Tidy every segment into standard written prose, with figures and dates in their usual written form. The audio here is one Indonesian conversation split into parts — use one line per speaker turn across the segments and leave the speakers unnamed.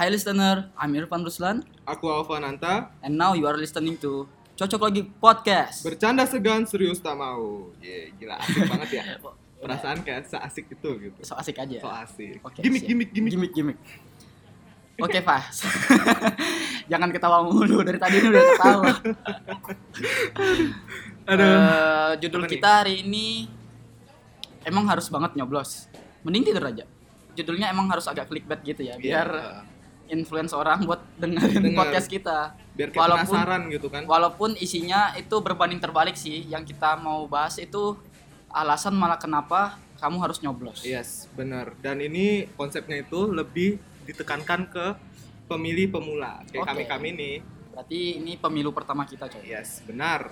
Hi listener, I'm Irfan Ruslan
Aku Alvananta.
and now you are listening to Cocok Lagi Podcast.
Bercanda segan, serius tak mau. Gila asik banget ya. Perasaan kayak seasik itu gitu.
So asik aja.
So asik.
Oke,
Gimik.
Gimik. Oke, Fas. Jangan ketawa mulu, dari tadi ini udah ketawa. Judul
Apa
kita hari ini emang harus banget nyoblos. Mending tidur aja. Judulnya emang harus agak clickbait gitu ya, biar influence orang buat dengerin podcast kita.
Biar kayak penasaran gitu kan.
Walaupun isinya itu berbanding terbalik sih. Yang kita mau bahas itu alasan malah kenapa kamu harus nyoblos.
Yes, benar. Dan ini konsepnya itu lebih ditekankan ke pemilih pemula kayak kami nih.
Berarti ini pemilu pertama kita, coy.
Yes, benar.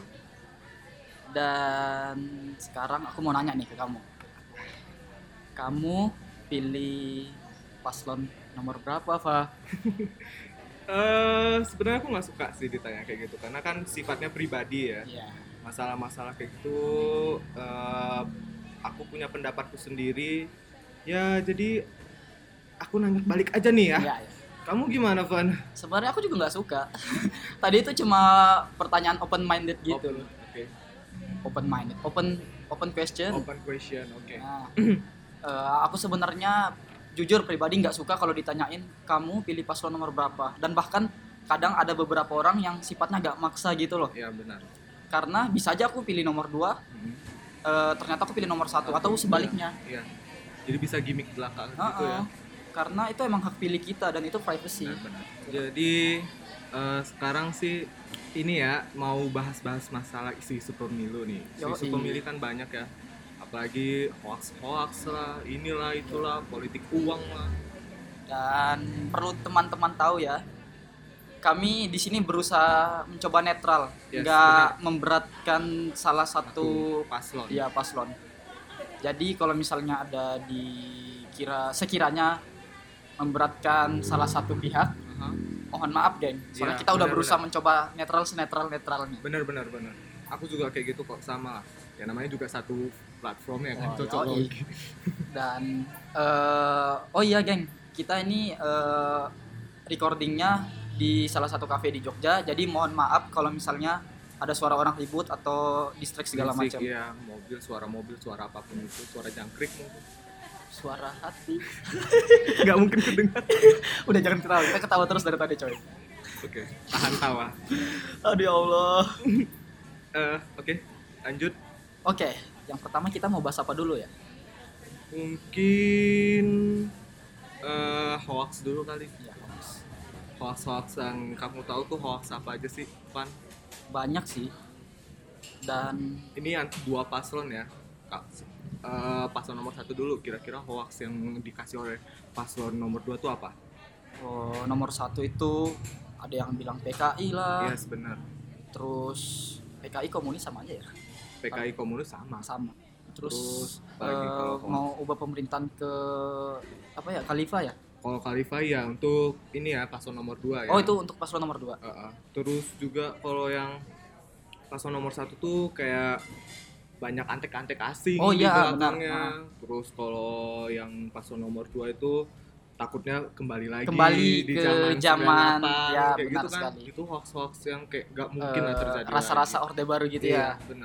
Dan sekarang aku mau nanya nih ke kamu. Kamu pilih paslon nomor berapa, Fa?
Sebenarnya aku nggak suka sih ditanya kayak gitu karena kan sifatnya pribadi ya.
Iya.
Masalah-masalah kayak gitu aku punya pendapatku sendiri. Ya jadi aku nanya balik aja nih ya.
Iya.
Kamu gimana, Van?
Sebenarnya aku juga nggak suka. Tadi itu cuma pertanyaan open minded gitu.
Oke.
Open minded, open question.
Open question, oke.
Nah, aku sebenarnya jujur pribadi nggak suka kalau ditanyain kamu pilih paslon nomor berapa, dan bahkan kadang ada beberapa orang yang sifatnya nggak maksa gitu loh.
Iya, benar.
Karena bisa aja aku pilih nomor 2, ternyata aku pilih nomor 1 atau sebaliknya.
Iya. Jadi bisa gimmick belakang gitu ya.
Karena itu emang hak pilih kita dan itu privacy.
Benar. Jadi sekarang sih ini ya mau bahas-bahas masalah isu-isu pemilu nih. Isu pemilih kan banyak ya. Apalagi hoax lah, inilah itulah, politik uang lah.
Dan perlu teman-teman tahu ya, kami di sini berusaha mencoba netral, nggak memberatkan salah satu
paslon.
Iya, paslon. Jadi kalau misalnya ada sekiranya memberatkan salah satu pihak, mohon maaf, geng. Soalnya kita udah berusaha mencoba netral senetral-netralnya.
Benar. Aku juga kayak gitu kok, sama lah. Ya namanya juga satu platform ya kan, cocok lagi.
Dan oh iya, geng, kita ini recordingnya di salah satu kafe di Jogja. Jadi mohon maaf kalau misalnya ada suara orang ribut atau distract segala macam.
Iya, suara mobil, suara apapun itu, suara jangkrik mungkin.
Suara hati.
Nggak mungkin kedengar.
Udah jangan ketawa, kita ketawa terus dari tadi, coy.
Oke, tahan tawa.
Aduh ya Allah.
Oke, lanjut.
Oke, yang pertama kita mau bahas apa dulu ya?
Mungkin hoax dulu kali.
Ya,
Hoax yang kamu tahu tuh hoax apa aja sih, Pan?
Banyak sih. Dan
ini yang dua paslon ya. Paslon nomor 1 dulu, kira-kira hoax yang dikasih oleh paslon nomor 2 tuh apa?
Nomor 1 itu ada yang bilang PKI lah.
Yes, benar.
Terus PKI komunis sama aja ya?
PKI komunis sama.
Terus
kalau
mau ubah pemerintahan ke apa ya? Khalifah ya?
Kalau Khalifah ya untuk ini ya paslon nomor 2 ya.
Oh, itu untuk paslon nomor 2.
Terus juga kalau yang paslon nomor 1 tuh kayak banyak antek-antek asing di belakangnya. Terus kalau yang paslon nomor 2 itu takutnya kembali di zaman
ya,
kayak
benar
gitu kan.
sekali.
Itu hoax yang kayak gak mungkin lah terjadi.
Rasa-rasa orde baru gitu ya.
Bener.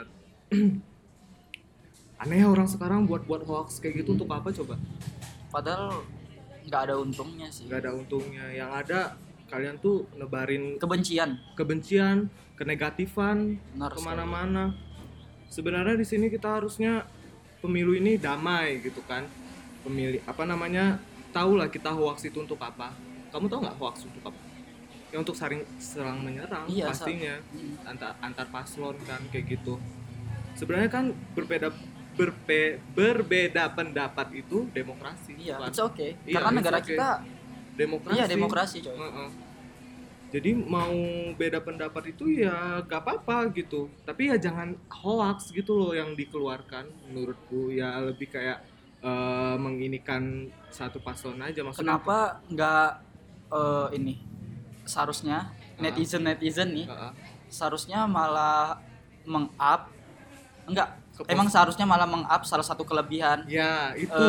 Aneh ya orang sekarang buat hoax kayak gitu untuk apa coba?
Padahal nggak ada untungnya sih.
Nggak ada untungnya. Yang ada kalian tuh nebarin kebencian, kenegatifan kemana-mana. Sebenarnya di sini kita harusnya pemilu ini damai gitu kan. Tahu lah kita hoax itu untuk apa. Kamu tahu nggak hoax untuk apa? Ya untuk serang menyerang, pastinya antar paslon kan kayak gitu. Sebenarnya kan berbeda pendapat itu demokrasi.
Iya, it's okay. Karena negara kita
demokrasi.
Iya, demokrasi, coy.
Jadi mau beda pendapat itu ya gak apa-apa gitu. Tapi ya jangan hoax gitu loh yang dikeluarkan. Menurutku ya lebih kayak menginikan satu paslon aja. Maksudnya
kenapa nggak ini seharusnya netizen nih seharusnya malah emang seharusnya malah meng-up salah satu kelebihan
ya itu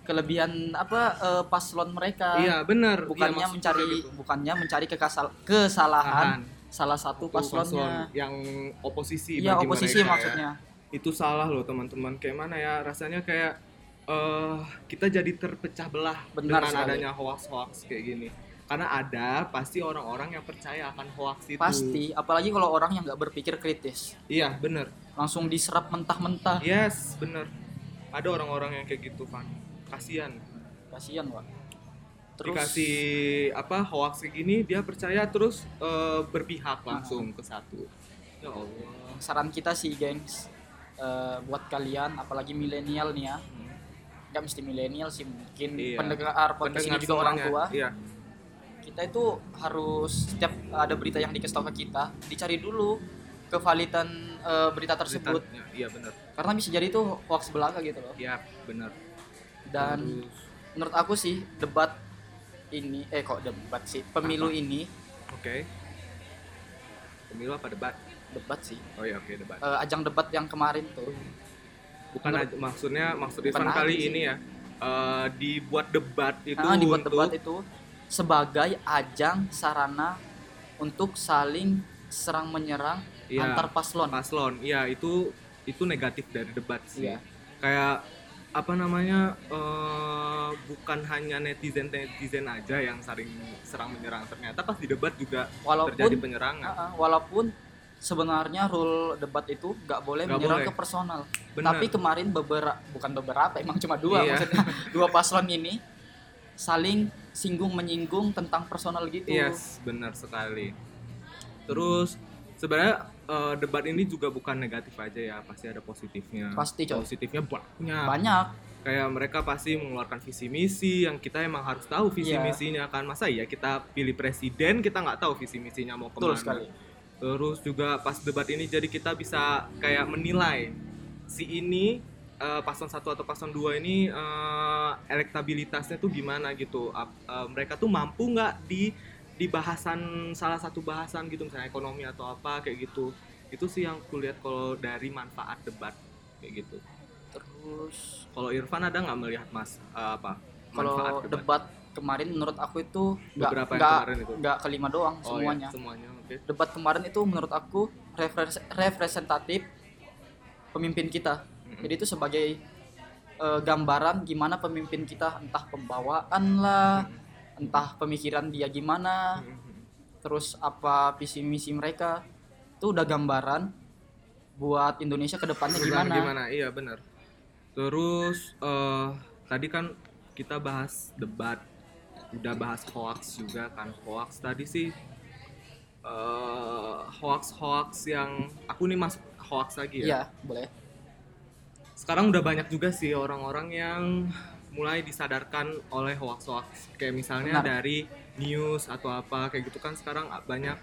kelebihan apa paslon mereka.
Iya, benar.
Bukannya mencari kesalahan salah satu paslonnya
yang oposisi
iya,
bagi
oposisi
mereka,
maksudnya.
Ya. Itu salah loh teman-teman. Kayak mana ya? Rasanya kayak kita jadi terpecah belah dengan adanya hoax-hoax kayak gini. Karena ada pasti orang-orang yang percaya akan hoax itu.
Pasti, apalagi kalau orang yang nggak berpikir kritis.
Iya, benar.
Langsung diserap mentah-mentah.
Yes, benar. Ada orang-orang yang kayak gitu, Van. Kasian, Pak. Terus dikasih hoax kayak gini, dia percaya terus berpihak langsung ke satu. Ya Allah.
Saran kita sih, gengs, buat kalian, apalagi milenial nih ya. Nggak mesti milenial sih, mungkin pendengar podcast ini juga orang tua.
Iya.
Kita itu harus setiap ada berita yang dikasih tahu ke kita, dicari dulu kevalidan berita tersebut.
Iya, benar.
Karena bisa jadi itu hoax belaka gitu loh.
Iya, benar.
Dan menurut aku sih debat ini pemilu ini.
Oke. Pemilu apa debat?
Debat sih.
Oh iya, oke, debat.
Ajang debat yang kemarin tuh.
Maksud Irfan kali ini ya. Dibuat debat itu
debat itu sebagai ajang sarana untuk saling serang menyerang antar paslon.
Iya, itu negatif dari debat sih.
Iya.
Kayak bukan hanya netizen aja yang saling serang menyerang, ternyata pas di debat juga terjadi penyerangan.
Walaupun sebenarnya rule debat itu nggak boleh menyerang ke personal. Bener. Tapi kemarin beberapa emang cuma dua, maksudnya dua paslon ini saling menyinggung tentang personal gitu.
Yes, benar sekali. Terus sebenarnya debat ini juga bukan negatif aja ya, pasti ada positifnya.
Pasti, coy.
Positifnya banyak. Kayak mereka pasti mengeluarkan visi misi yang kita emang harus tahu visi misinya kan. Masa ya kita pilih presiden kita nggak tahu visi misinya mau kemana.
Betul sekali.
Terus juga pas debat ini jadi kita bisa kayak menilai si ini paslon 1 atau paslon 2 ini elektabilitasnya tuh gimana gitu. Mereka tuh mampu nggak di salah satu bahasan gitu, misalnya ekonomi atau apa kayak gitu. Itu sih yang kulihat kalau dari manfaat debat kayak gitu.
Terus
kalau Irfan ada nggak melihat manfaat
debat kemarin menurut aku itu nggak kelima doang, semuanya.
Iya, semuanya. Okay.
Debat kemarin itu menurut aku representatif pemimpin kita. Jadi itu sebagai gambaran gimana pemimpin kita, entah pembawaan lah, entah pemikiran dia gimana, terus apa visi misi mereka, itu udah gambaran buat Indonesia ke depannya gimana.
Iya, benar. Terus tadi kan kita bahas debat, udah bahas hoax juga kan. Hoax tadi sih hoax yang aku nih masuk hoax lagi ya.
Iya, boleh.
Sekarang udah banyak juga sih orang-orang yang mulai disadarkan oleh hoax-hoax, kayak misalnya dari news atau apa kayak gitu kan. Sekarang banyak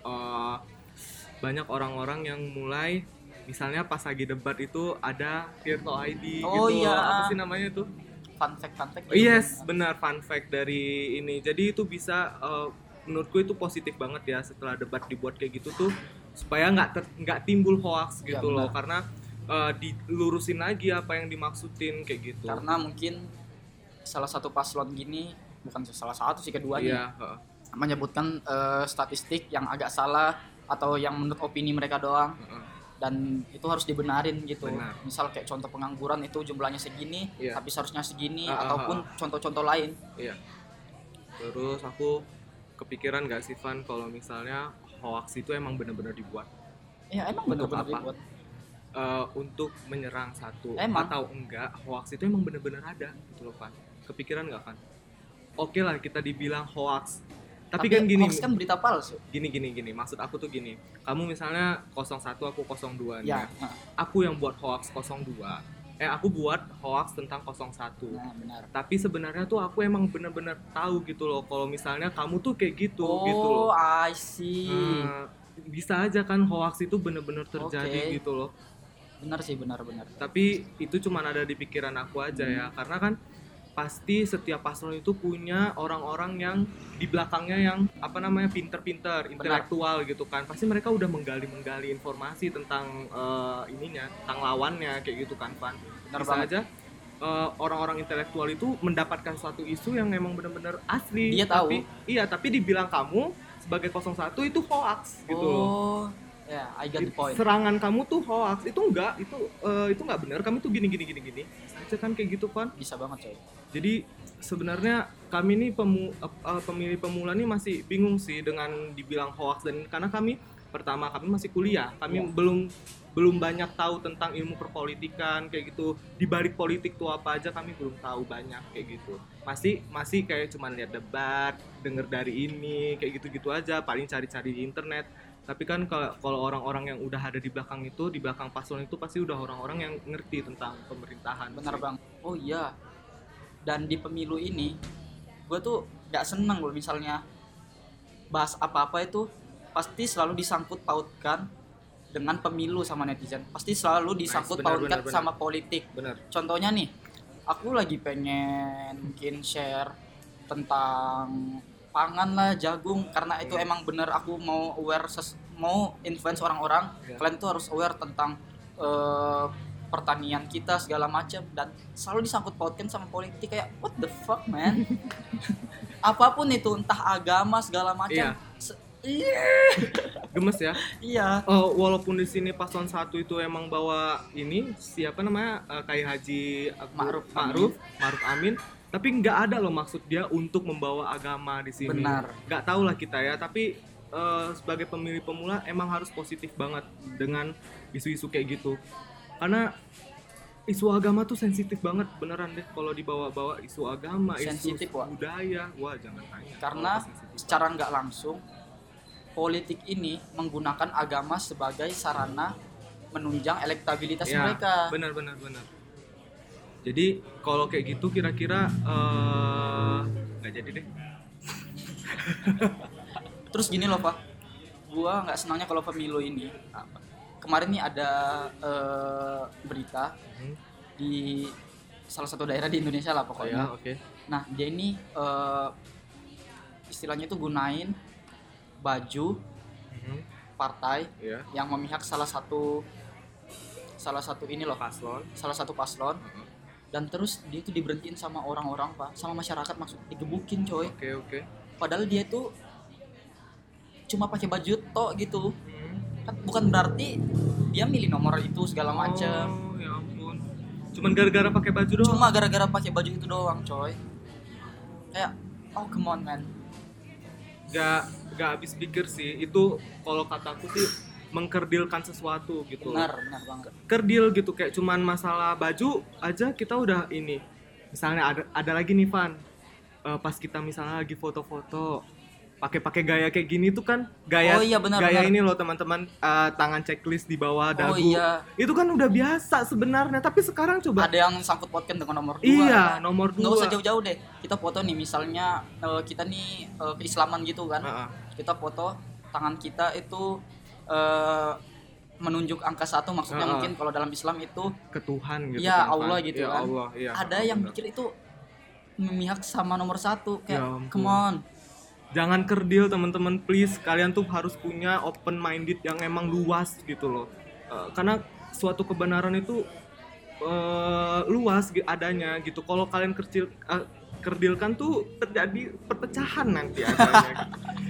orang-orang yang mulai, misalnya pas lagi debat itu ada Tirto ID gitu. Apa sih namanya tuh?
Fun fact.
Yes, benar, fun fact dari ini. Jadi itu bisa menurutku itu positif banget ya setelah debat dibuat kayak gitu tuh, supaya nggak timbul hoax gitu loh, karena dilurusin lagi apa yang dimaksudin kayak gitu.
Karena mungkin salah satu paslon gini, bukan salah satu sih, keduanya menyebutkan statistik yang agak salah atau yang menurut opini mereka doang. Dan itu harus dibenarin gitu. Benar. Misal kayak contoh pengangguran itu jumlahnya segini, tapi seharusnya segini, ataupun contoh-contoh lain.
Iya. Terus aku kepikiran gak sih, Van, kalau misalnya hoax itu emang benar-benar dibuat?
Iya, emang benar-benar dibuat.
Untuk menyerang satu
atau
enggak, hoax itu emang benar-benar ada gitu loh, Van. Kepikiran gak, Van? Oke lah kita dibilang hoax. Tapi kan gini,
hoax kan berita palsu.
Gini. Maksud aku tuh gini. Kamu misalnya 01, aku 02 nih.
Ya.
Aku yang buat hoax 02. Aku buat hoax tentang 01.
Nah, benar.
Tapi sebenarnya tuh aku emang benar-benar tahu gitu loh kalau misalnya kamu tuh kayak gitu gitu loh.
I see.
Bisa aja kan hoax itu benar-benar terjadi gitu loh.
Benar sih, benar.
Tapi itu cuma ada di pikiran aku aja ya. Karena kan pasti setiap paslon itu punya orang-orang yang di belakangnya yang pinter-pinter, intelektual gitu kan. Pasti mereka udah menggali informasi tentang tentang lawannya kayak gitu kan, Pan. Bisa aja orang-orang intelektual itu mendapatkan suatu isu yang memang benar-benar asli.
Dia tahu.
Tapi dibilang kamu sebagai 01 itu hoax gitu loh.
Ya, I got the point.
Serangan kamu tuh hoax, itu enggak benar, kami tuh gini. Saja kan kayak gitu kan.
Bisa banget coy.
Jadi sebenarnya kami nih pemilih pemula nih masih bingung sih dengan dibilang hoax, dan karena kami masih kuliah, kami belum banyak tahu tentang ilmu perpolitikan kayak gitu. Di balik politik tuh apa aja kami belum tahu banyak kayak gitu. Masih kayak cuman lihat debat, denger dari ini kayak gitu-gitu aja, paling cari-cari di internet. Tapi kan kalau orang-orang yang udah ada di belakang itu, di belakang paslon itu pasti udah orang-orang yang ngerti tentang pemerintahan.
Benar bang. Oh iya. Dan di pemilu ini, gue tuh gak seneng loh misalnya bahas apa-apa itu pasti selalu disangkut pautkan dengan pemilu sama netizen. Pasti selalu disangkut pautkan sama politik.
Bener.
Contohnya nih, aku lagi pengen mungkin share tentang pangan lah, jagung, karena itu emang bener aku mau aware, mau influence orang-orang. Kalian tuh harus aware tentang pertanian kita segala macam, dan selalu disangkut pautkan sama politik. Kayak what the fuck man. Apapun itu, entah agama segala macam.
Gemes ya.
Iya.
Walaupun di sini paslon 1 itu emang bawa ini siapa namanya kayak Haji Ma'ruf Amin, tapi nggak ada loh maksud dia untuk membawa agama di sini.
Benar.
Nggak tahu lah kita ya, tapi sebagai pemilih pemula emang harus positif banget dengan isu-isu kayak gitu, karena isu agama tuh sensitif banget beneran deh. Kalau dibawa-bawa isu agama, sensitif, isu budaya, wah jangan tanya.
Karena secara nggak langsung politik ini menggunakan agama sebagai sarana menunjang elektabilitas mereka.
Benar. Jadi kalau kayak gitu kira-kira nggak jadi deh.
Terus gini loh Pak, gua nggak senangnya kalau pemilu ini. Kemarin nih ada berita di salah satu daerah di Indonesia lah pokoknya.
Okay.
Nah dia ini istilahnya itu gunain baju partai yang memihak salah satu ini loh, salah satu paslon. Dan terus dia itu diberhentiin sama orang-orang Pak, sama masyarakat, maksud digebukin coy.
Oke.
Padahal dia tuh cuma pakai baju tok gitu. Kan bukan berarti dia milih nomor itu segala macam.
Oh ya ampun. Cuman gara-gara pakai baju doang.
Cuma gara-gara pakai baju itu doang coy. Kayak oh come on man.
Gak habis pikir sih itu, kalau kataku sih mengkerdilkan sesuatu gitu.
Benar banget.
Kerdil gitu, kayak cuman masalah baju aja kita udah ini. Misalnya ada lagi nih Van, pas kita misalnya lagi foto-foto pakai gaya kayak gini tuh kan gaya ini loh teman-teman, tangan checklist di bawah dagu. Itu kan udah biasa sebenarnya, tapi sekarang coba
ada yang sangkut pautkan dengan nomor 2.
Iya, nomor 2.
Nggak usah jauh-jauh deh. Kita foto nih misalnya kita nih keislaman gitu kan. Kita foto tangan kita itu menunjuk angka 1, maksudnya mungkin kalau dalam Islam itu
ke Tuhan gitu.
Ya Allah gitu
ya,
kan.
Allah, ya,
ada yang pikir itu memihak sama nomor 1. Kayak come on.
Jangan kerdil teman-teman, please. Kalian tuh harus punya open minded yang emang luas gitu loh. Karena suatu kebenaran itu luas adanya gitu. Kalau kalian kerdilkan tuh terjadi perpecahan nanti adanya.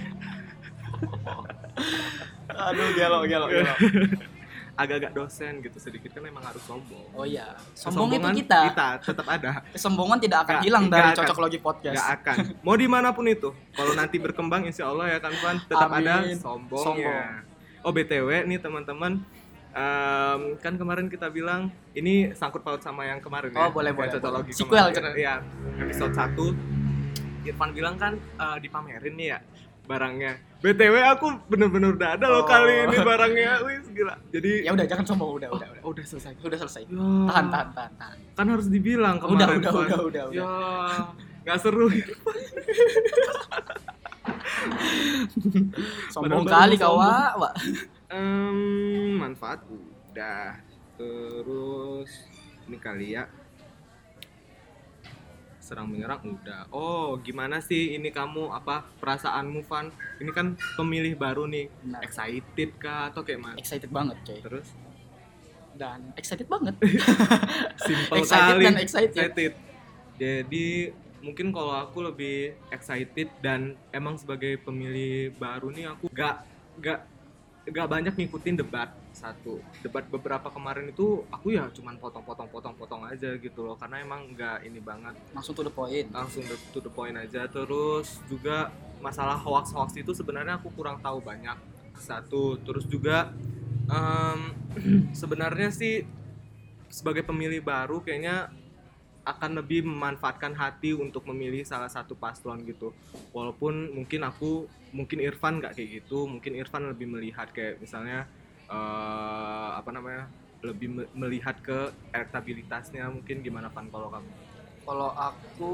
Aduh, gelo.
Agak-agak dosen gitu sedikit kan, memang harus sombong.
Oh iya, sombong itu kita
tetap ada.
Kesombongan tidak akan hilang dari Cocok Logi Podcast.
Gak akan. Mau dimanapun itu. Kalau nanti berkembang insya Allah ya kan Van, tetap ada sombongnya. Oh BTW nih teman-teman, kan kemarin kita bilang ini sangkut paut sama yang kemarin ya.
Oh boleh.
Cocok Logi
sequel
ya. Episode 1 Irfan bilang kan dipamerin nih ya barangnya. BTW aku bener-bener udah ada loh kali ini barangnya. Wih gila. Jadi
ya udah jangan sombong, udah.
Udah selesai.
Ya. Tahan.
Kan harus dibilang kemarin.
Udah.
Ya, enggak seru.
Sombong kali kau, Wak.
Manfaat udah. Terus ini kali ya. Serang menyerang udah. Oh, gimana sih ini kamu perasaanmu Van? Ini kan pemilih baru nih. Excited kah atau kayak mana?
Excited banget, coy.
Terus
dan excited banget.
Simple
Excited
kali.
dan excited.
Jadi mungkin kalau aku lebih excited, dan emang sebagai pemilih baru nih aku gak banyak ngikutin debat beberapa kemarin itu. Aku ya cuman potong aja gitu loh, karena emang gak ini banget,
langsung to the point
aja. Terus juga masalah hoax itu sebenarnya aku kurang tahu banyak, satu. Terus juga sebenarnya sih sebagai pemilih baru kayaknya akan lebih memanfaatkan hati untuk memilih salah satu paslon gitu. Walaupun mungkin Irfan nggak kayak gitu, mungkin Irfan lebih melihat kayak misalnya lebih melihat ke elektabilitasnya. Mungkin gimana Van kalau kamu?
Kalau aku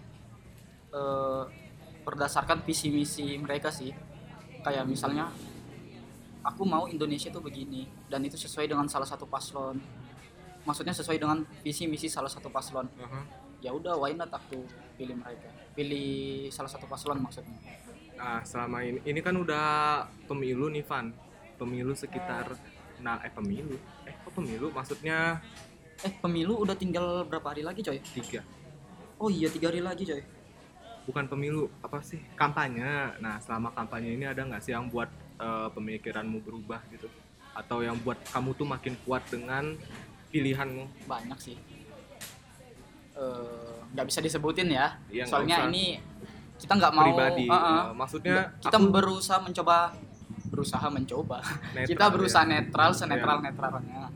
berdasarkan visi misi mereka sih, kayak misalnya aku mau Indonesia tuh begini dan itu sesuai dengan salah satu paslon. Maksudnya sesuai dengan visi misi salah satu paslon. Ya udah, why not aku pilih salah satu paslon maksudnya.
Nah, selama ini kan udah pemilu nih Van, pemilu sekitar pemilu maksudnya
pemilu udah tinggal berapa hari lagi coy?
3.
Oh iya, 3 hari lagi coy.
Bukan pemilu, apa sih, kampanye. Nah, selama kampanye ini ada nggak sih yang buat pemikiranmu berubah gitu, atau yang buat kamu tuh makin kuat dengan pilihanmu?
Banyak sih, nggak bisa disebutin ya, soalnya ini kita nggak mau
pribadi. Maksudnya
kita berusaha mencoba netral, kita berusaha ya. Netral netralnya.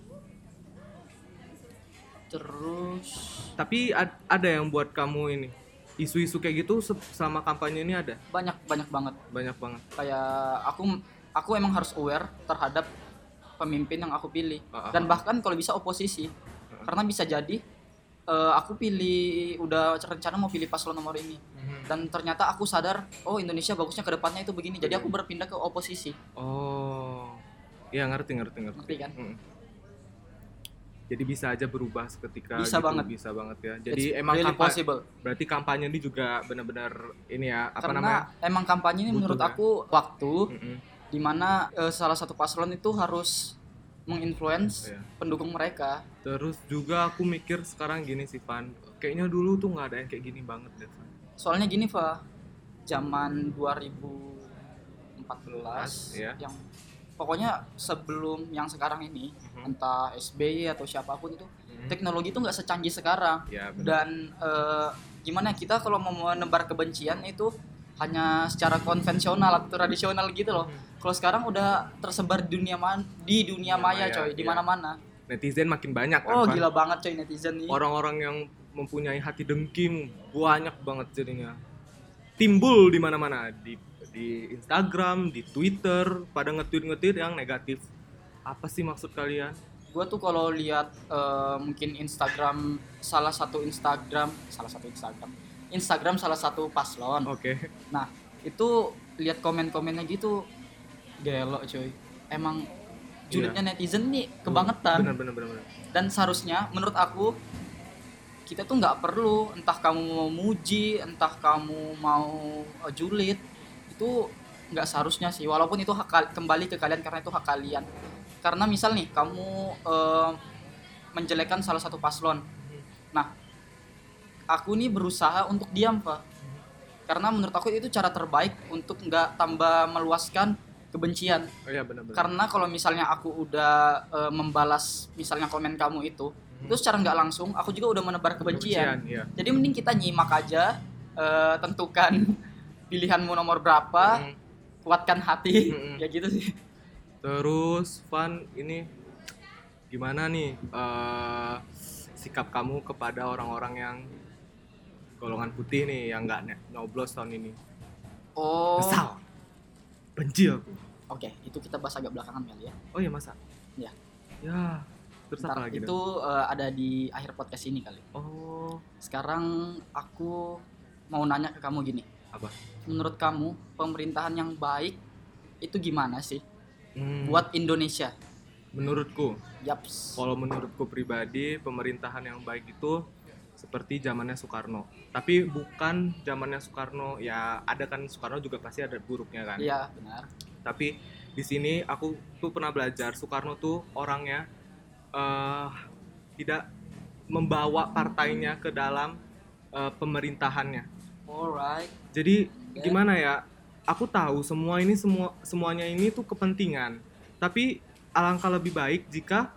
Terus
tapi ada yang buat kamu ini isu-isu kayak gitu selama kampanye ini? Ada
banyak banget kayak aku emang harus aware terhadap pemimpin yang aku pilih, dan bahkan kalau bisa oposisi, karena bisa jadi aku udah rencana mau pilih paslon nomor ini, dan ternyata aku sadar Indonesia bagusnya ke depannya itu begini, jadi aku berpindah ke oposisi.
Ya ngerti
kan?
Jadi bisa aja berubah seketika.
Bisa
gitu, banget ya. Jadi emang
really possible.
Berarti kampanye ini juga benar-benar ini ya,
karena emang kampanye ini menurut aku waktu dimana salah satu paslon itu harus menginfluence pendukung mereka.
Terus juga aku mikir sekarang gini sih Van, kayaknya dulu tuh nggak ada yang kayak gini banget deh Van.
Soalnya gini Pak, zaman 2014 yang pokoknya sebelum yang sekarang ini, entah SBY atau siapapun itu, teknologi itu nggak secanggih sekarang. Dan gimana kita kalau mau menebar kebencian itu hanya secara konvensional atau tradisional gitu loh. Kalau sekarang udah tersebar di dunia maya coy, di mana-mana.
Netizen makin banyak kan.
Gila banget coy netizen nih.
Orang-orang yang mempunyai hati dengki banyak banget jadinya. Timbul di mana-mana, di Instagram, di Twitter, pada nge-tweet yang negatif. Apa sih maksud kalian?
Gua tuh kalau lihat mungkin salah satu paslon. Nah, itu lihat komen-komennya gitu, gelo coy. Emang julidnya netizen nih kebangetan.
Bener.
Dan seharusnya menurut aku kita tuh nggak perlu, entah kamu mau muji, entah kamu mau julid, itu nggak seharusnya sih. Walaupun itu kembali ke kalian, karena itu hak kalian. Karena misal nih kamu menjelekkan salah satu paslon, nah aku nih berusaha untuk diam Pak, karena menurut aku itu cara terbaik untuk nggak tambah meluaskan kebencian.
Benar.
Karena kalau misalnya aku udah membalas misalnya komen kamu itu secara nggak langsung aku juga udah menebar kebencian. Jadi mending kita nyimak aja, tentukan pilihanmu nomor berapa, kuatkan hati, ya gitu sih.
Terus Van, ini gimana nih sikap kamu kepada orang-orang yang golongan putih nih, yang nggak nyoblos tahun ini? Kesal, benci aku.
Oke, itu kita bahas agak belakangan kali ya.
Oh iya, masa?
Ya.
Terus apa lagi?
Itu ada di akhir podcast ini kali. Sekarang aku mau nanya ke kamu gini.
Apa?
Menurut kamu pemerintahan yang baik itu gimana sih buat Indonesia?
Menurutku,
Yaps.
Kalau menurutku pribadi, pemerintahan yang baik itu seperti zamannya Soekarno. Tapi bukan zamannya Soekarno, ya ada kan, Soekarno juga pasti ada buruknya kan.
Iya, benar.
Tapi di sini aku tuh pernah belajar, Soekarno tuh orangnya tidak membawa partainya ke dalam pemerintahannya.
Alright.
Jadi gimana ya? Aku tahu semuanya ini tuh kepentingan. Tapi alangkah lebih baik jika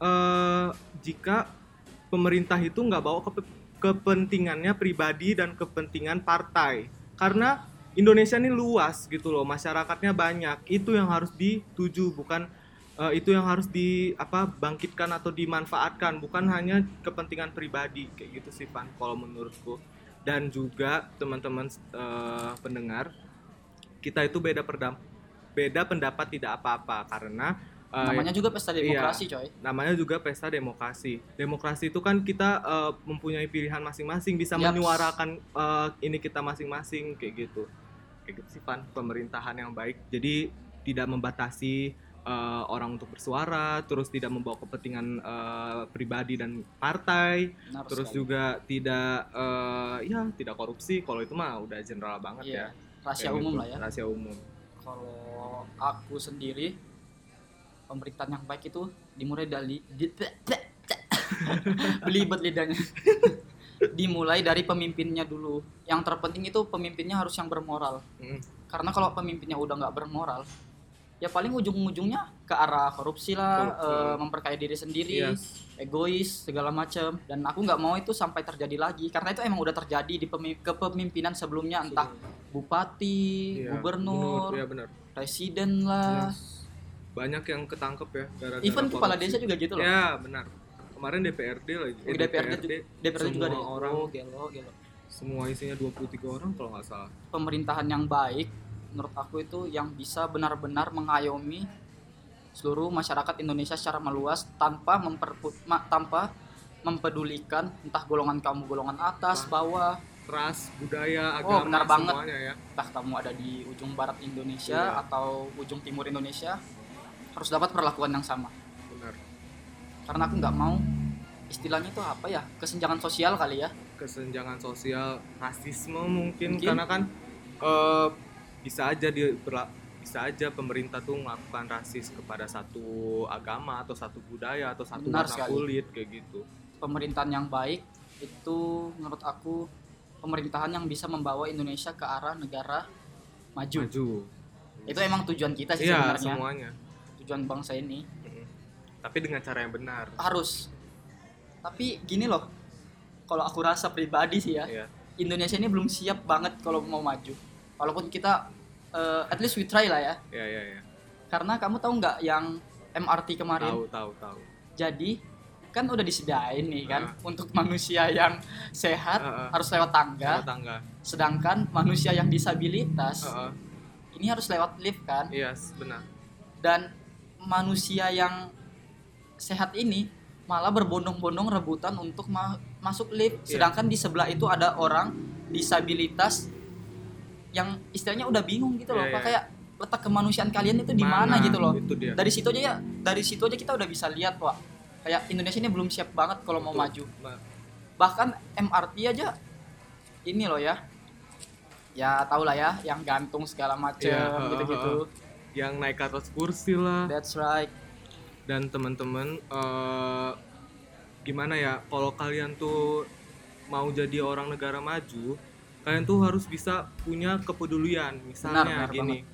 pemerintah itu nggak bawa kepentingannya pribadi dan kepentingan partai. Karena Indonesia ini luas gitu loh, masyarakatnya banyak. Itu yang harus dituju, bukan itu yang harus bangkitkan atau dimanfaatkan, bukan hanya kepentingan pribadi kayak gitu sih Van kalau menurutku. Dan juga teman-teman pendengar, kita itu beda pendapat tidak apa-apa karena
namanya juga pesta demokrasi, coy.
Namanya juga pesta demokrasi. Demokrasi itu kan kita mempunyai pilihan masing-masing, bisa menyuarakan ini kita masing-masing kayak gitu sih Van, pemerintahan yang baik. Jadi tidak membatasi orang untuk bersuara, terus tidak membawa kepentingan pribadi dan partai. Benar terus sekali. Juga tidak korupsi. Kalau itu mah udah general banget ya.
Rahasia umum gitu, lah ya.
Rahasia umum.
Kalau aku sendiri, pemerintahan yang baik itu dimulai dari belibet lidahnya. Dimulai dari pemimpinnya dulu. Yang terpenting itu pemimpinnya harus yang bermoral. Karena kalau pemimpinnya udah nggak bermoral, ya paling ujung-ujungnya ke arah korupsi lah, memperkaya diri sendiri, egois segala macam. Dan aku nggak mau itu sampai terjadi lagi, karena itu emang udah terjadi di kepemimpinan sebelumnya, entah bupati, gubernur, presiden lah.
Banyak yang ketangkep ya gara-gara
even kepala desa juga gitu loh.
Ya benar, kemarin DPRD lagi.
DPRD juga ada
orang. Gelo. Semua isinya 23 orang kalau nggak salah.
Pemerintahan yang baik menurut aku itu yang bisa benar-benar mengayomi seluruh masyarakat Indonesia secara meluas tanpa mempedulikan entah golongan kamu golongan atas, bawah,
ras, budaya, agama,
benar banget.
Semuanya ya.
Entah kamu ada di ujung barat Indonesia atau ujung timur Indonesia, harus dapat perlakuan yang sama.
Benar.
Karena aku nggak mau istilahnya itu apa ya, kesenjangan sosial kali ya.
Kesenjangan sosial, rasisme mungkin. Karena kan bisa aja pemerintah tuh melakukan rasis kepada satu agama atau satu budaya atau satu warna kulit kayak gitu.
Pemerintahan yang baik itu menurut aku pemerintahan yang bisa membawa Indonesia ke arah negara maju. Itu emang tujuan kita sih sebenarnya.
Semuanya.
Tujuan bangsa ini.
Tapi dengan cara yang benar.
Harus. Tapi gini loh, kalau aku rasa pribadi sih ya, Indonesia ini belum siap banget kalau mau maju. Walaupun kita at least we try lah ya.
Iya.
Karena kamu tahu nggak yang MRT kemarin?
Tahu.
Jadi kan udah disediain nih kan untuk manusia yang sehat harus lewat tangga. Sedangkan manusia yang disabilitas ini harus lewat lift kan?
Yes, benar.
Dan manusia yang sehat ini malah berbondong-bondong rebutan untuk masuk lift. Sedangkan di sebelah itu ada orang disabilitas yang istilahnya udah bingung gitu loh, kayak letak kemanusiaan kalian itu di mana gitu loh. Dari situ aja kita udah bisa lihat, Wak. Kayak Indonesia ini belum siap banget kalau mau maju. Bahkan MRT aja ini loh ya. Ya tau lah ya, yang gantung segala macam gitu-gitu.
Yang naik ke atas kursi lah.
That's right.
Dan teman-teman gimana ya, kalau kalian tuh mau jadi orang negara maju, kalian tuh harus bisa punya kepedulian. Misalnya benar gini,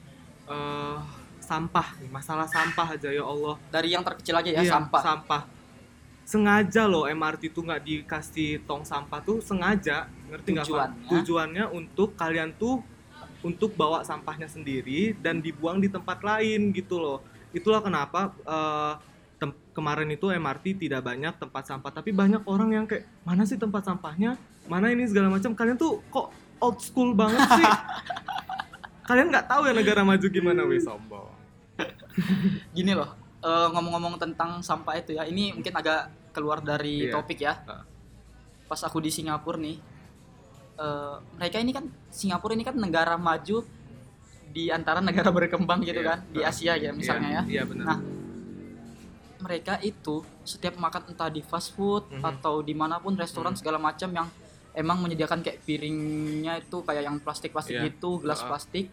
sampah, masalah sampah aja ya Allah.
Dari yang terkecil aja ya,
sampah. Sengaja loh MRT tuh nggak dikasih tong sampah tuh sengaja, ngerti nggak Pak? Tujuannya untuk kalian tuh untuk bawa sampahnya sendiri dan dibuang di tempat lain gitu loh. Itulah kenapa kemarin itu MRT tidak banyak tempat sampah, tapi banyak orang yang kayak mana sih tempat sampahnya, mana ini segala macam. Kalian tuh kok old school banget sih. Kalian nggak tahu ya negara maju gimana, weh sombong.
Gini loh, ngomong-ngomong tentang sampah itu ya, ini mungkin agak keluar dari topik ya. Pas aku di Singapura nih, mereka ini kan Singapura ini kan negara maju di antara negara berkembang gitu kan, di Asia ya misalnya ya.
Iya benar.
Nah, mereka itu setiap makan entah di fast food atau dimanapun restoran segala macam yang emang menyediakan kayak piringnya itu kayak yang plastik gitu, gelas plastik.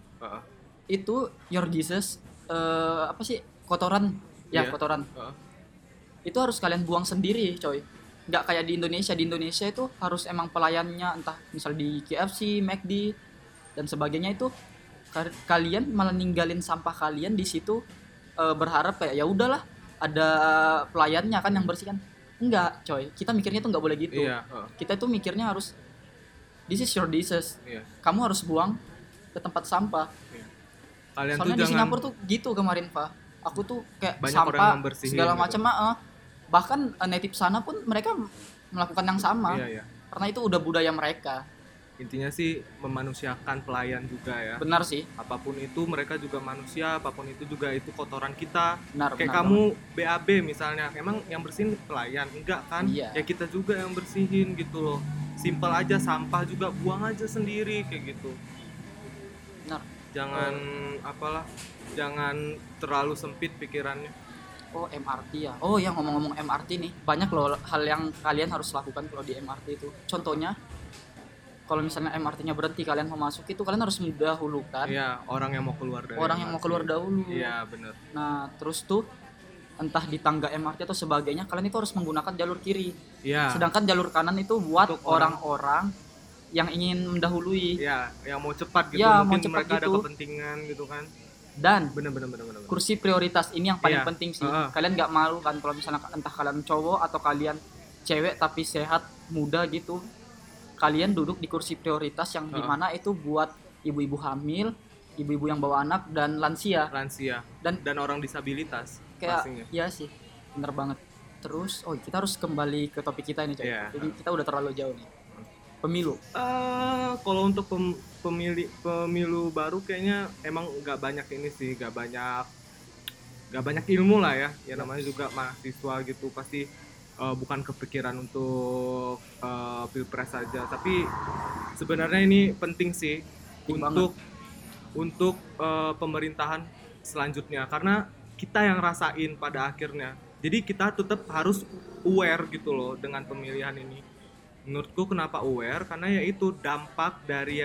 Itu your Jesus apa sih kotoran? Ya kotoran. itu harus kalian buang sendiri coy. Nggak kayak di Indonesia itu harus emang pelayannya, entah misal di KFC, McD dan sebagainya itu kalian malah ninggalin sampah kalian di situ, berharap kayak ya udahlah ada pelayannya kan yang bersihkan. Enggak coy, kita mikirnya tuh nggak boleh gitu. Kita tuh mikirnya harus this is your disease. Kamu harus buang ke tempat sampah. Kalian soalnya tuh di Singapura tuh gitu kemarin Pak, aku tuh kayak sampah segala macam gitu. Bahkan native sana pun mereka melakukan yang sama. Karena itu udah budaya mereka.
Intinya sih memanusiakan pelayan juga ya.
Benar sih.
Apapun itu mereka juga manusia, apapun itu juga itu kotoran kita.
Benar,
kayak kamu banget. BAB misalnya, emang yang bersihin pelayan? Enggak kan? Ya kita juga yang bersihin gitu loh. Simpel aja, sampah juga buang aja sendiri kayak gitu.
Benar.
Jangan jangan terlalu sempit pikirannya.
Oh MRT ya. Oh yang ngomong-ngomong MRT nih, banyak loh hal yang kalian harus lakukan kalau di MRT itu. Contohnya, kalau misalnya MRT-nya berhenti, kalian mau masuk itu kalian harus mendahulukan.
Iya, orang yang mau keluar dari
orang MRT. Yang mau keluar dahulu.
Iya benar.
Nah terus tuh entah di tangga MRT atau sebagainya, kalian itu harus menggunakan jalur kiri.
Iya.
Sedangkan jalur kanan itu buat orang-orang yang ingin mendahului.
Iya, yang mau cepat gitu. Ya, mungkin mereka gitu. Ada kepentingan gitu kan.
Dan
bener.
kursi prioritas ini yang paling penting sih. Kalian nggak malu kan kalau misalnya entah kalian cowok atau kalian cewek tapi sehat, muda gitu, kalian duduk di kursi prioritas yang dimana itu buat ibu-ibu hamil, ibu-ibu yang bawa anak dan lansia dan orang disabilitas. Kayak pastinya. Iya sih, bener banget. Terus kita harus kembali ke topik kita ini coy. Jadi kita udah terlalu jauh nih. Pemilu.
Kalau untuk pemilu baru kayaknya emang nggak banyak ini sih, nggak banyak ilmu lah ya. Ya namanya juga mahasiswa gitu, pasti bukan kepikiran untuk pilpres saja. Tapi sebenarnya ini penting sih untuk pemerintahan selanjutnya, karena kita yang rasain pada akhirnya. Jadi kita tetap harus aware gitu loh dengan pemilihan ini. Menurutku kenapa aware, karena ya itu dampak dari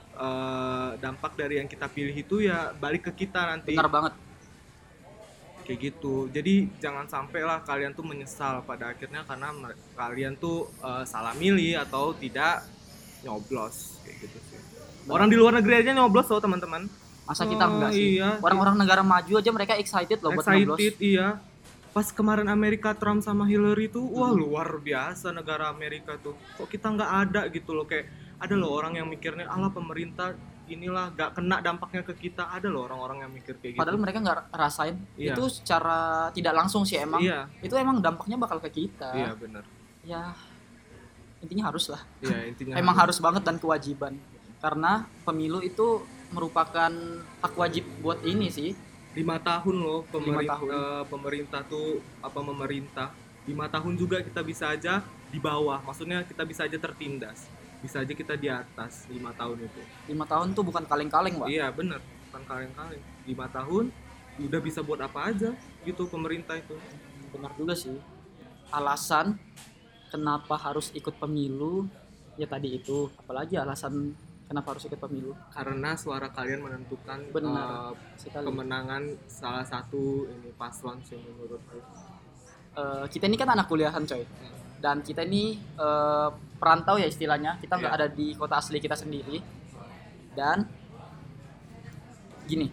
yang kita pilih itu ya balik ke kita nanti.
Benar banget.
Kayak gitu. Jadi jangan sampai lah kalian tuh menyesal pada akhirnya karena kalian tuh salah milih atau tidak nyoblos kayak gitu sih. Orang di luar negeri aja nyoblos loh teman-teman.
Masa kita enggak sih? Iya. Orang-orang negara maju aja mereka excited loh buat nyoblos.
Iya. Pas kemarin Amerika Trump sama Hillary tuh, wah luar biasa negara Amerika tuh. Kok kita nggak ada gitu loh, kayak ada loh orang yang mikirnya ala pemerintah inilah nggak kena dampaknya ke kita. Ada loh orang-orang yang mikir kayak gitu.
Padahal mereka nggak rasain. Iya. Itu secara tidak langsung sih emang. Iya. Itu emang dampaknya bakal ke kita.
Iya benar.
Ya intinya harus lah.
Iya intinya.
Emang harus banget dan kewajiban. Karena pemilu itu merupakan hak wajib buat ini sih.
5 tahun loh pemerintah tuh memerintah 5 tahun juga kita bisa aja di bawah, maksudnya kita bisa aja tertindas, bisa aja kita di atas 5 tahun itu.
5 tahun tuh bukan kaleng-kaleng Pak.
Iya bener, bukan kaleng-kaleng. 5 tahun udah bisa buat apa aja gitu pemerintah itu.
Benar juga sih. Alasan kenapa harus ikut pemilu ya tadi itu, apalagi alasan kenapa harus ikut pemilu?
Karena suara kalian menentukan kemenangan salah satu ini paslon sih menurutku.
Kita ini kan anak kuliahan coy, dan kita ini perantau ya istilahnya. Kita nggak ada di kota asli kita sendiri. Dan gini,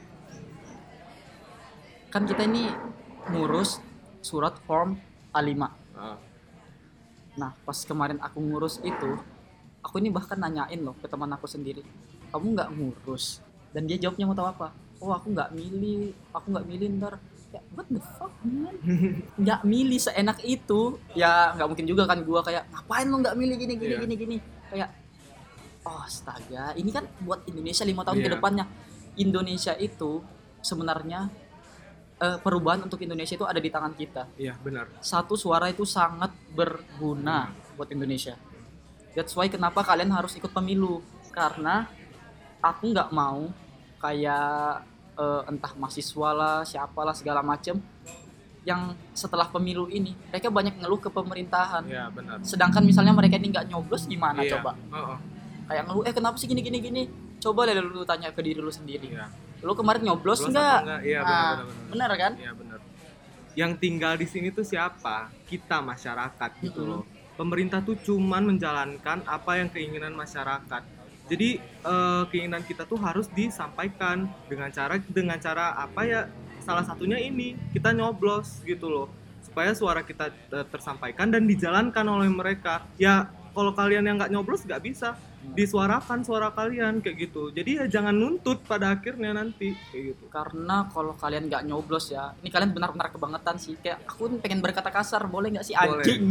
kan kita ini ngurus surat form A5. Nah pas kemarin aku ngurus itu, aku ini bahkan nanyain loh ke teman aku sendiri, kamu nggak ngurus? Dan dia jawabnya mau tahu apa? Oh aku nggak milih ntar. Ya what the fuck man? Nggak milih seenak itu. Ya nggak mungkin juga kan gua kayak ngapain lo nggak milih gini. Kayak oh astaga, ini kan buat Indonesia 5 tahun ke depannya. Indonesia itu sebenarnya perubahan untuk Indonesia itu ada di tangan kita.
Iya benar.
Satu suara itu sangat berguna buat Indonesia. That's why kenapa kalian harus ikut pemilu, karena aku nggak mau kayak entah mahasiswa lah, siapalah segala macem yang setelah pemilu ini mereka banyak ngeluh ke pemerintahan.
Iya benar.
Sedangkan misalnya mereka ini nggak nyoblos gimana coba? Kayak ngeluh kenapa sih gini. Coba lah lu tanya ke diri lu sendiri. Lu kemarin nyoblos nggak?
Iya benar.
Benar kan?
Iya benar. yang tinggal di sini tuh siapa? Kita masyarakat gitu loh. Pemerintah tuh cuman menjalankan apa yang keinginan masyarakat. Jadi keinginan kita tuh harus disampaikan dengan cara apa ya? Salah satunya ini kita nyoblos gitu loh, supaya suara kita tersampaikan dan dijalankan oleh mereka. Ya kalau kalian yang nggak nyoblos nggak bisa disuarakan suara kalian kayak gitu. Jadi ya jangan nuntut pada akhirnya nanti kayak gitu.
Karena kalau kalian nggak nyoblos ya, ini kalian benar-benar kebangetan sih. Kayak aku pengen berkata kasar, boleh nggak sih anjing?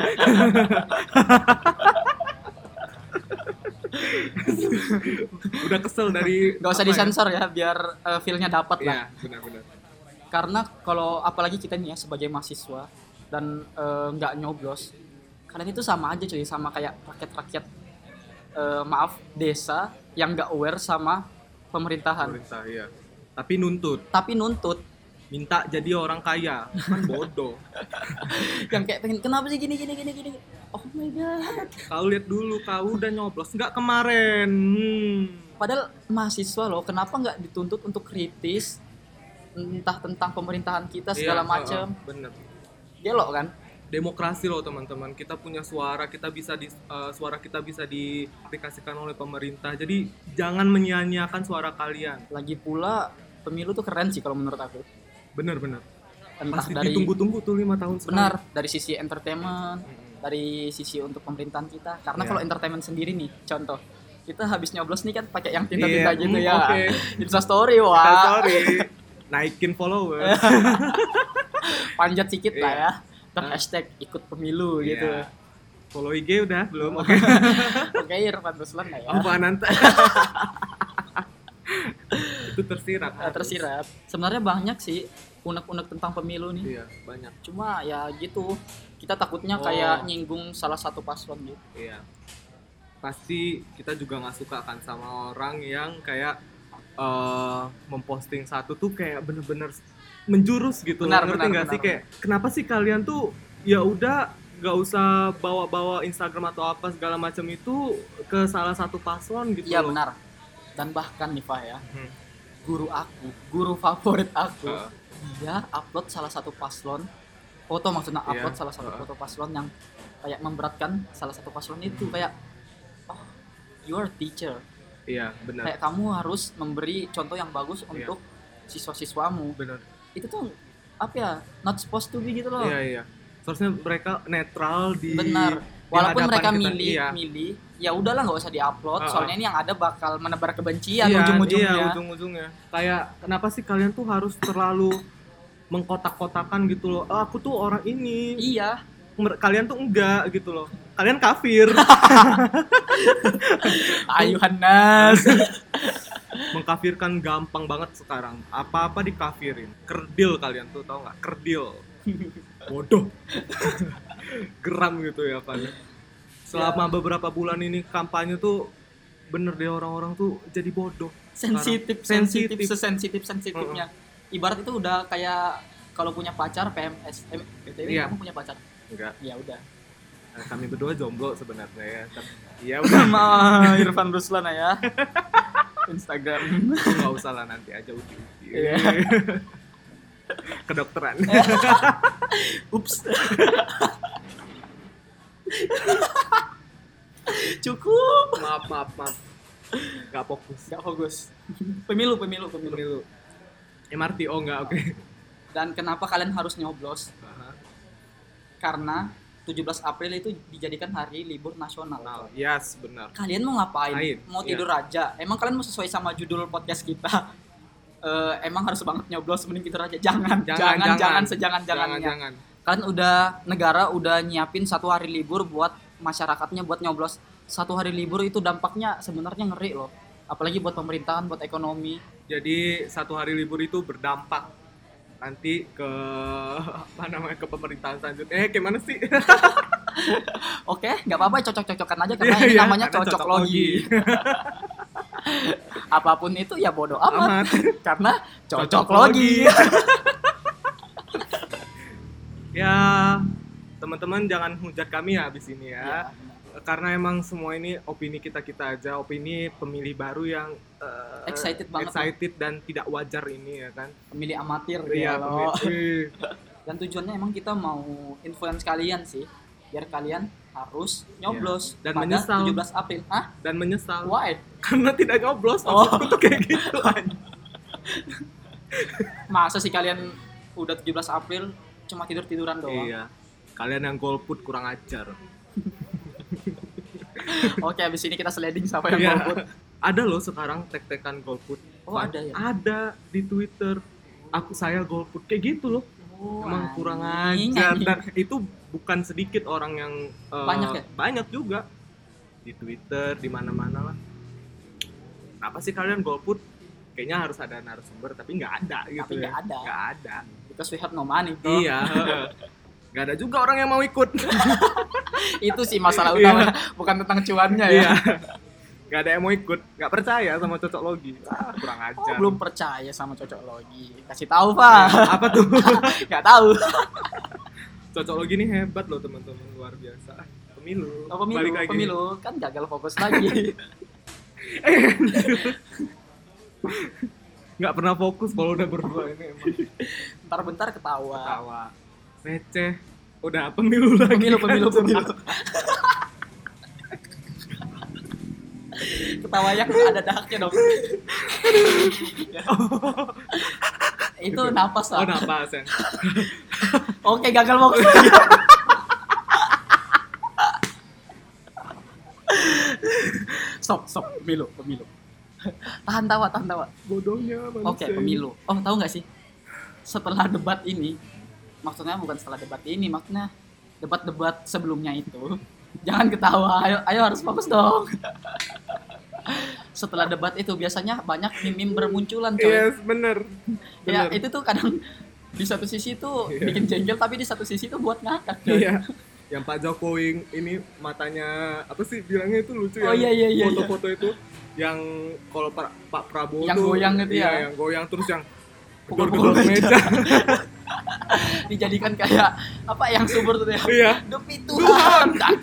Udah kesel dari
nggak usah disensor ya, biar feel-nya dapat lah.
Iya, benar-benar.
Karena kalau apalagi kita nih ya sebagai mahasiswa dan nggak nyoblos, kalian itu sama aja cuy, sama kayak rakyat-rakyat desa yang nggak aware sama pemerintahan.
Pemerintah iya. Tapi nuntut minta jadi orang kaya, kan bodoh.
Yang kayak pengen kenapa sih gini. Oh my god.
Kau lihat dulu, kau udah nyoblos nggak kemarin?
Padahal mahasiswa loh, kenapa nggak dituntut untuk kritis entah tentang pemerintahan kita segala macam?
Bener.
Gelok kan?
Demokrasi loh teman-teman, kita punya suara, suara kita bisa diaplikasikan oleh pemerintah. Jadi jangan menyia-nyiakan suara kalian.
Lagi pula pemilu tuh keren sih kalau menurut aku.
Bener.
Entah
pasti
dari
ditunggu-tunggu tuh 5 tahun sekali.
Benar, dari sisi entertainment, dari sisi untuk pemerintahan kita. Karena kalau entertainment sendiri nih, contoh kita habis nyoblos nih kan pakai yang tinta-tinta gitu ya.
Okay.
Insta story, wah.
Insta story. Naikin followers.
Panjat sedikit lah ya. Dan hashtag ikut pemilu gitu.
Follow IG udah belum? Oke.
Oke, Irfan Ruslan lah ya.
Apa nanti? Itu tersirat.
Tersirat. Sebenarnya banyak sih unek-unek tentang pemilu nih.
Iya, banyak.
Cuma ya gitu. Kita takutnya kayak nyinggung salah satu paslon gitu.
Iya. Pasti kita juga nggak suka kan sama orang yang kayak memposting satu tuh kayak bener-bener menjurus gitu. Ngerti nggak sih kayak kenapa sih kalian tuh ya udah nggak usah bawa Instagram atau apa segala macam itu ke salah satu paslon gitu.
Iya benar. Dan bahkan nih Pak ya, guru favorit aku, dia upload salah satu paslon foto, maksudnya upload salah satu foto paslon yang kayak memberatkan salah satu paslon itu. Kayak oh, you are teacher.
Iya benar.
Kayak kamu harus memberi contoh yang bagus untuk siswa-siswamu.
Benar.
Itu tuh apa ya, not supposed to be gitu loh.
Iya. Seharusnya mereka netral di.
Benar. Walaupun mereka milih, ya udahlah nggak usah diupload. Soalnya ini yang ada bakal menebar kebencian ujung-ujungnya.
Iya, ujung-ujungnya. Kayak kenapa sih kalian tuh harus terlalu mengkotak-kotakan gitu loh. Aku tuh orang ini.
Iya.
Kalian tuh enggak gitu loh. Kalian kafir.
Ayuhan nas.
Mengkafirkan gampang banget sekarang. Apa-apa dikafirin. Kerdil kalian tuh, tau nggak? Kerdil. Bodoh. Geram gitu ya Pak. Selama beberapa bulan ini kampanye tuh bener deh orang-orang tuh jadi bodoh.
Sensitifnya. Ibarat itu udah kayak kalau punya pacar PMS. Kamu punya pacar?
Enggak.
Ya udah.
Nah, kami berdua jomblo sebenarnya ya.
Iya udah. Irfan Ruslan ya. Instagram.
Nggak usah lah, nanti aja uji-uji. Kedokteran.
Ups. Cukup.
Maaf. Gak fokus.
Pemilu.
MRT enggak, oke.
Dan kenapa kalian harus nyoblos? Karena 17 April itu dijadikan hari libur nasional.
Yes, benar.
Kalian mau ngapain? Mau tidur aja? Emang kalian mau sesuai sama judul podcast kita? Emang harus banget nyoblos, mending tidur aja. Jangan sejangan-jangannya. Kalian negara udah nyiapin 1 hari libur buat masyarakatnya buat nyoblos. 1 hari libur itu dampaknya sebenarnya ngeri loh. Apalagi buat pemerintahan, buat ekonomi.
Jadi 1 hari libur itu berdampak nanti ke ke pemerintahan selanjutnya. Gimana sih?
Oke, nggak apa-apa, cocok-cocokan aja karena ini namanya cocok logi. Apapun itu ya bodoh amat karena cocok logi.
Ya, teman-teman jangan hujat kami ya abis ini ya. Karena emang semua ini opini kita aja, opini pemilih baru yang
excited banget,
dan tidak wajar ini ya kan.
Pemilih amatir
ya loh.
Dan tujuannya emang kita mau influence kalian sih, biar kalian harus nyoblos
dan
pada
menyesal.
17 April. Hah?
Dan menyesal.
Why?
Karena tidak nyoblos. Maksudku tuh kayak gitu aja.
Masa sih kalian udah 17 April cuma tidur-tiduran doang?
Iya. Kalian yang golput kurang ajar.
Oke, abis ini kita sliding sama yang
Iya.
golput.
Ada loh sekarang tek-tekan golput.
Oh, ada ya?
Ada di Twitter. Saya golput kayak gitu loh.
Oh,
Emang kurang
anjing,
ajar.
anjing.
Dan itu bukan sedikit orang yang
Banyak ya?
Banyak juga di Twitter, di mana-mana lah. Kenapa sih kalian golput? Kayaknya harus ada narasumber, tapi nggak ada gitu.
Tapi nggak ada.
Nggak ada.
Because we have no money, bro.
Iya. Nggak ada juga orang yang mau ikut.
Itu sih masalah
Iya.
utama, bukan tentang cuannya ya.
Iya. Nggak ada yang mau ikut. Nggak percaya sama cocok logi. Kurang
Oh,
ajar.
belum percaya sama cocok logi. Kasih tahu, Pak.
Apa tuh?
Nggak tahu.
Cocok logi ini hebat loh teman-teman, luar biasa. Pemilu.
Oh, pemilu,
Balik lagi.
pemilu kan gagal fokus lagi.
Nggak pernah fokus kalau udah berdua ini emang.
Bentar-bentar ketawa.
Tawa. Receh. Udah pemilu lagi.
Pemilu,
kan?
pemilu, pemilu. Ketawa yang ada dahaknya dong. Itu napas
Oh,
lah.
napas ya.
Oke, gagal fokus. Stop, pemilu. Tahan tawa.
Bodohnya manusia.
Oke, pemilu. Oh, tahu nggak sih? Setelah debat ini, maksudnya bukan setelah debat ini, maksudnya debat-debat sebelumnya itu. Jangan ketawa, ayo harus fokus dong. Setelah debat itu biasanya banyak meme bermunculan, coy.
Yes, bener.
Ya, itu tuh kadang di satu sisi tuh bikin jengkel, tapi di satu sisi tuh buat ngakak, coy.
Iya. Yang Pak Jokowi ini matanya apa sih bilangnya itu lucu
Oh,
ya.
iya.
Foto-foto itu yang kalau Pak Prabowo
Yang
tuh
goyang gitu
iya,
ya.
yang goyang terus yang
Pukul-pukul
gedor-gedor meja.
Dijadikan kayak apa yang subur tuh ya.
Iya.
Demi Tuhan. Tak.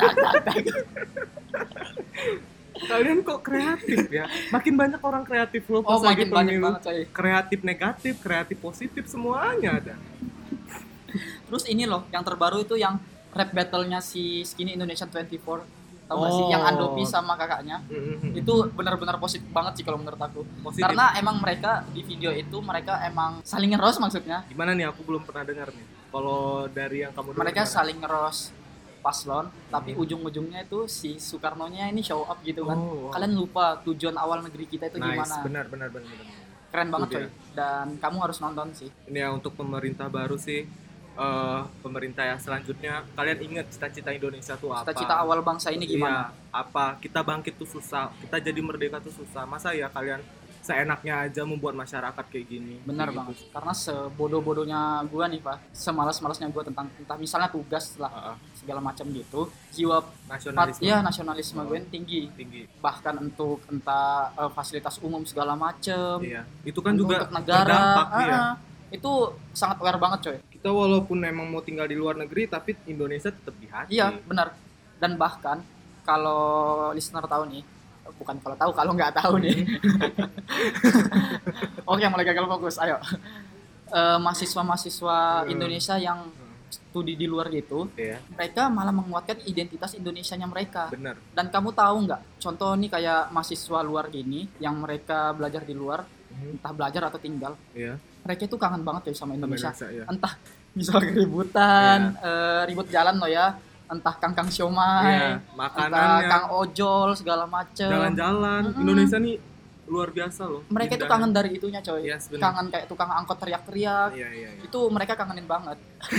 Kalian kok kreatif ya? Makin banyak orang kreatif loh pas
Oh,
lagi
makin banyak
pemilu.
banget, coy.
Kreatif negatif, kreatif positif semuanya ada.
Terus ini loh, yang terbaru itu yang rap battle-nya si Skinny Indonesian 24. Tahu nggak sih?
Oh.
Yang Andopi sama kakaknya.
Mm-hmm.
Itu benar-benar positif banget sih kalau menurut aku.
Positif.
Karena emang mereka di video itu mereka emang saling ngeroast maksudnya.
Gimana nih? Aku belum pernah dengar nih. Kalau dari yang kamu dengar,
Mereka
gimana?
saling ngeroast paslon, tapi ujung-ujungnya itu si Soekarno-nya ini show up gitu kan.
Oh, wow.
Kalian lupa tujuan awal negeri kita itu
Nice,
gimana.
benar.
Keren banget
Itu
coy. Dan kamu harus nonton sih.
Ini ya untuk pemerintah baru sih. Pemerintah yang selanjutnya, kalian ingat cita-cita Indonesia tuh apa?
Cita-cita awal bangsa ini gimana?
Iya, apa? Kita bangkit tuh susah, kita jadi merdeka tuh susah. Masa ya kalian seenaknya aja membuat masyarakat kayak gini?
Benar
Kayak
banget.
gitu.
Karena sebodoh-bodohnya gua nih, Pak. Semalas-malasnya gua tentang entah misalnya tugas lah segala macam gitu. Jiwa nasionalisme gue tinggi. Bahkan untuk entah fasilitas umum segala macam.
Iya. Itu kan juga
untuk negara.
berdampak ya.
Itu sangat aware banget, coy.
Kita walaupun memang mau tinggal di luar negeri, tapi Indonesia tetap di hati.
Iya, benar. Dan bahkan kalau listener tahu nih, bukan kalau nggak tahu nih. Oke, mulai gagal fokus. Ayo. Mahasiswa-mahasiswa Indonesia yang studi di luar gitu,
Iya.
mereka malah menguatkan identitas Indonesianya mereka.
Benar.
Dan kamu tahu nggak? Contoh nih kayak mahasiswa luar gini, yang mereka belajar di luar, entah belajar atau tinggal,
Iya.
mereka itu kangen banget ya sama Indonesia.
Iya.
Entah misal keributan, ribut jalan loh ya, entah kangkang siomay,
Iya, makanannya,
entah kang ojol segala macem.
jalan-jalan. Indonesia nih luar biasa loh.
Mereka itu
Indahnya.
kangen dari itunya, coy.
Yes, bener.
Kangen kayak tukang angkot teriak-teriak.
Iya.
Itu mereka kangenin banget.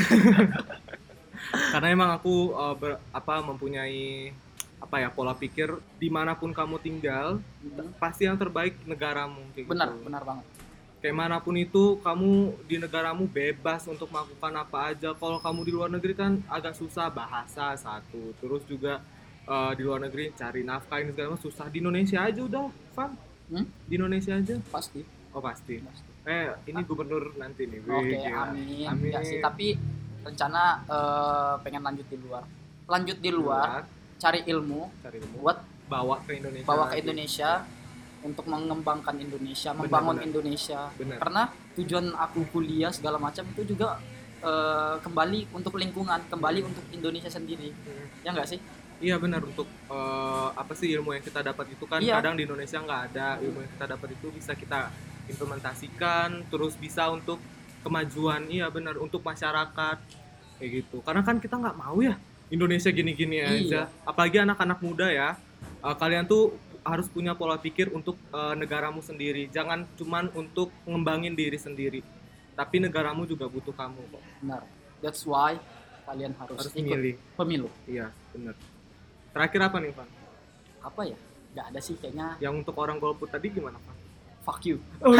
Karena emang aku mempunyai pola pikir dimanapun kamu tinggal pasti yang terbaik negaramu kayak
Benar banget.
Kayak manapun itu kamu di negaramu bebas untuk melakukan apa aja. Kalau kamu di luar negeri kan agak susah, bahasa satu, terus juga di luar negeri cari nafkah ini segala macam susah. Di Indonesia aja udah fun. Di Indonesia aja
Pasti.
oh pasti. Ini gubernur nanti nih.
Oke,
Gila.
amin. Ya sih, tapi rencana pengen lanjut di luar, cari ilmu buat
bawa ke Indonesia.
Indonesia untuk mengembangkan Indonesia, membangun Indonesia.
Bener.
Karena tujuan aku kuliah segala macam itu juga kembali untuk lingkungan, kembali untuk Indonesia sendiri. Ya nggak sih?
Iya benar, untuk apa sih ilmu yang kita dapat itu kan kadang di Indonesia nggak ada. Ilmu yang kita dapat itu bisa kita implementasikan, terus bisa untuk kemajuan, iya benar, untuk masyarakat kayak gitu. Karena kan kita nggak mau ya Indonesia gini-gini aja, apalagi anak-anak muda ya. Kalian tuh harus punya pola pikir untuk negaramu sendiri, jangan cuman untuk ngembangin diri sendiri, tapi negaramu juga butuh kamu kok.
Benar, that's why kalian harus ikut
milih
pemilu.
Iya benar. Terakhir apa nih, Van?
Apa ya? Nggak ada sih kayaknya.
Yang untuk orang golput tadi gimana, Van?
Fuck you.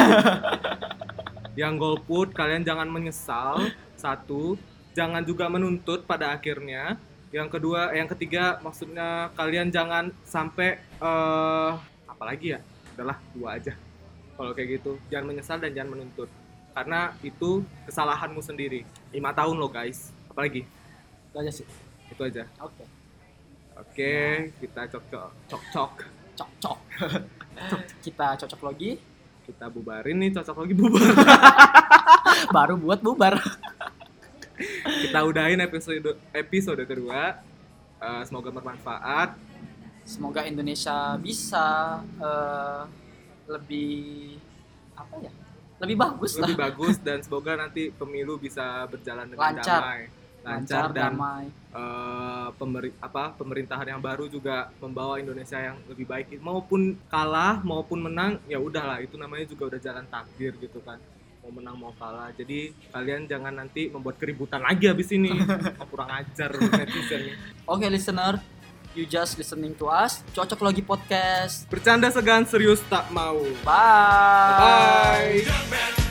Yang golput, kalian jangan menyesal. Satu, jangan juga menuntut pada akhirnya. Yang kedua, yang ketiga, maksudnya kalian jangan sampai apalagi ya? Udahlah, 2 aja. Kalau kayak gitu, jangan menyesal dan jangan menuntut. Karena itu kesalahanmu sendiri. 5 tahun loh, guys. Apalagi?
Itu aja sih.
Itu aja. Oke, kita cocok.
Kita cocok lagi.
Kita bubarin nih, cocok lagi bubar.
Baru buat bubar.
Kita udahin episode kedua. Semoga bermanfaat.
Semoga Indonesia bisa lebih lebih bagus
dan semoga nanti pemilu bisa berjalan dengan lancar dan
damai.
Pemerintahan yang baru juga membawa Indonesia yang lebih baik, maupun kalah maupun menang, ya udahlah, itu namanya juga udah jalan takdir gitu kan, mau menang mau kalah. Jadi kalian jangan nanti membuat keributan lagi habis ini. Kurang ajar netizen nih.
Oke, listener, you just listening to us, Cocok Logi Podcast.
Bercanda segan, serius tak mau.
Bye.